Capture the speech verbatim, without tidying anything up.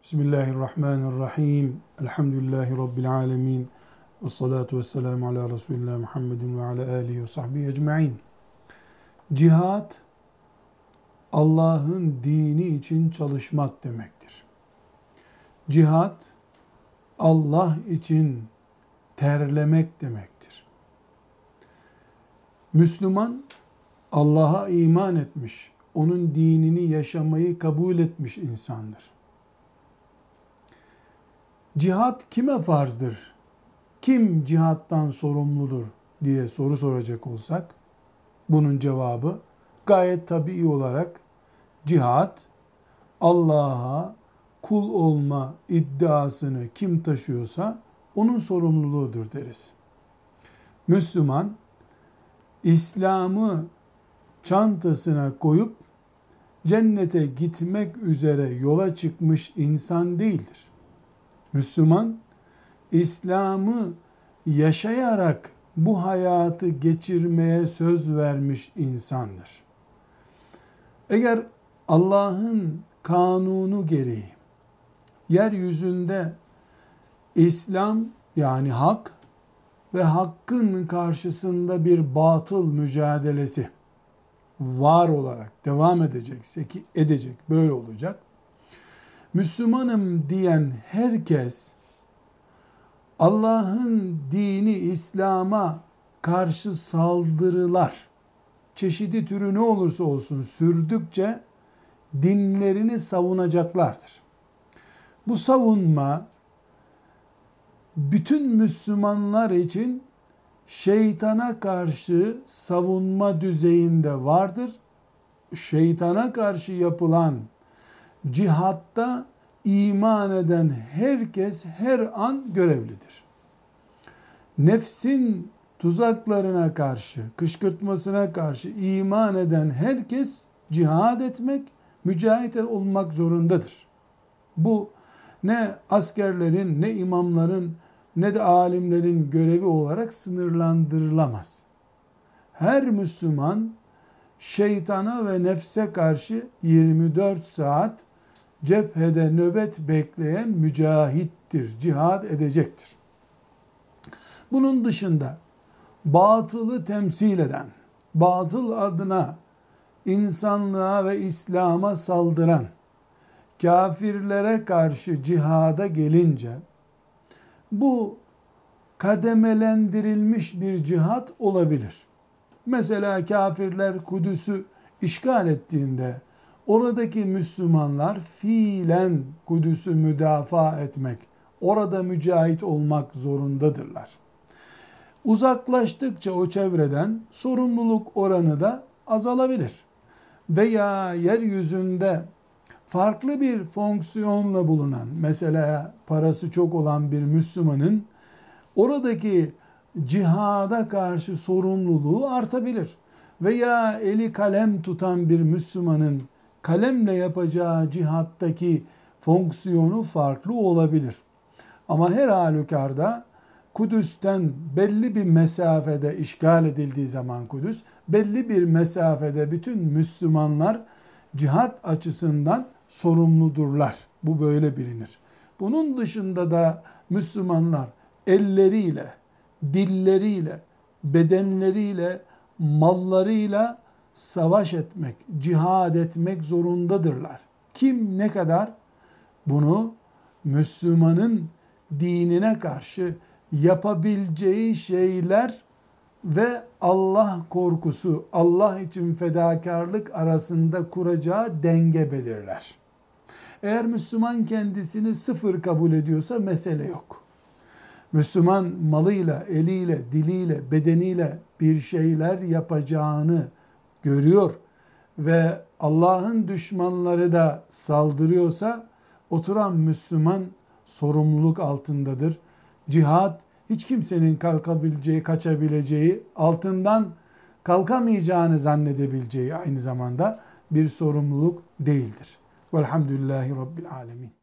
Bismillahirrahmanirrahim. Elhamdülillahi Rabbil alemin. Ve salatu ve selamu ala Resulullah Muhammedin ve ala alihi ve sahbihi ecma'in. Cihad, Allah'ın dini için çalışmak demektir. Cihad, Allah için terlemek demektir. Müslüman, Allah'a iman etmiş, onun dinini yaşamayı kabul etmiş insandır. Cihad kime farzdır? Kim cihattan sorumludur diye soru soracak olsak, bunun cevabı gayet tabii olarak cihad, Allah'a kul olma iddiasını kim taşıyorsa onun sorumluluğudur deriz. Müslüman, İslam'ı çantasına koyup cennete gitmek üzere yola çıkmış insan değildir. Müslüman, İslam'ı yaşayarak bu hayatı geçirmeye söz vermiş insandır. Eğer Allah'ın kanunu gereği yeryüzünde İslam yani hak ve hakkın karşısında bir batıl mücadelesi var olarak devam edecekse ki edecek, böyle olacak. Müslümanım diyen herkes Allah'ın dini İslam'a karşı saldırılar, çeşidi türü ne olursa olsun sürdükçe dinlerini savunacaklardır. Bu savunma bütün Müslümanlar için şeytana karşı savunma düzeyinde vardır. Şeytana karşı yapılan cihatta iman eden herkes her an görevlidir. Nefsin tuzaklarına karşı, kışkırtmasına karşı iman eden herkes cihad etmek, mücahit olmak zorundadır. Bu ne askerlerin, ne imamların, ne de alimlerin görevi olarak sınırlandırılamaz. Her Müslüman şeytana ve nefse karşı yirmi dört saat cephede nöbet bekleyen mücahittir, cihad edecektir. Bunun dışında batılı temsil eden, batıl adına insanlığa ve İslam'a saldıran kafirlere karşı cihada gelince bu kademelendirilmiş bir cihat olabilir. Mesela kafirler Kudüs'ü işgal ettiğinde oradaki Müslümanlar fiilen Kudüs'ü müdafaa etmek, orada mücahit olmak zorundadırlar. Uzaklaştıkça o çevreden sorumluluk oranı da azalabilir. Veya yeryüzünde farklı bir fonksiyonla bulunan, mesela parası çok olan bir Müslümanın oradaki cihada karşı sorumluluğu artabilir. Veya eli kalem tutan bir Müslümanın kalemle yapacağı cihattaki fonksiyonu farklı olabilir. Ama her halükarda Kudüs'ten belli bir mesafede işgal edildiği zaman Kudüs, belli bir mesafede bütün Müslümanlar cihat açısından sorumludurlar. Bu böyle bilinir. Bunun dışında da Müslümanlar elleriyle, dilleriyle, bedenleriyle, mallarıyla savaş etmek, cihad etmek zorundadırlar. Kim ne kadar bunu Müslümanın dinine karşı yapabileceği şeyler ve Allah korkusu, Allah için fedakarlık arasında kuracağı denge belirler. Eğer Müslüman kendisini sıfır kabul ediyorsa mesele yok. Müslüman malıyla, eliyle, diliyle, bedeniyle bir şeyler yapacağını görüyor ve Allah'ın düşmanları da saldırıyorsa oturan Müslüman sorumluluk altındadır. Cihad hiç kimsenin kalkabileceği, kaçabileceği, altından kalkamayacağını zannedebileceği aynı zamanda bir sorumluluk değildir. Velhamdülillahi Rabbil alemin.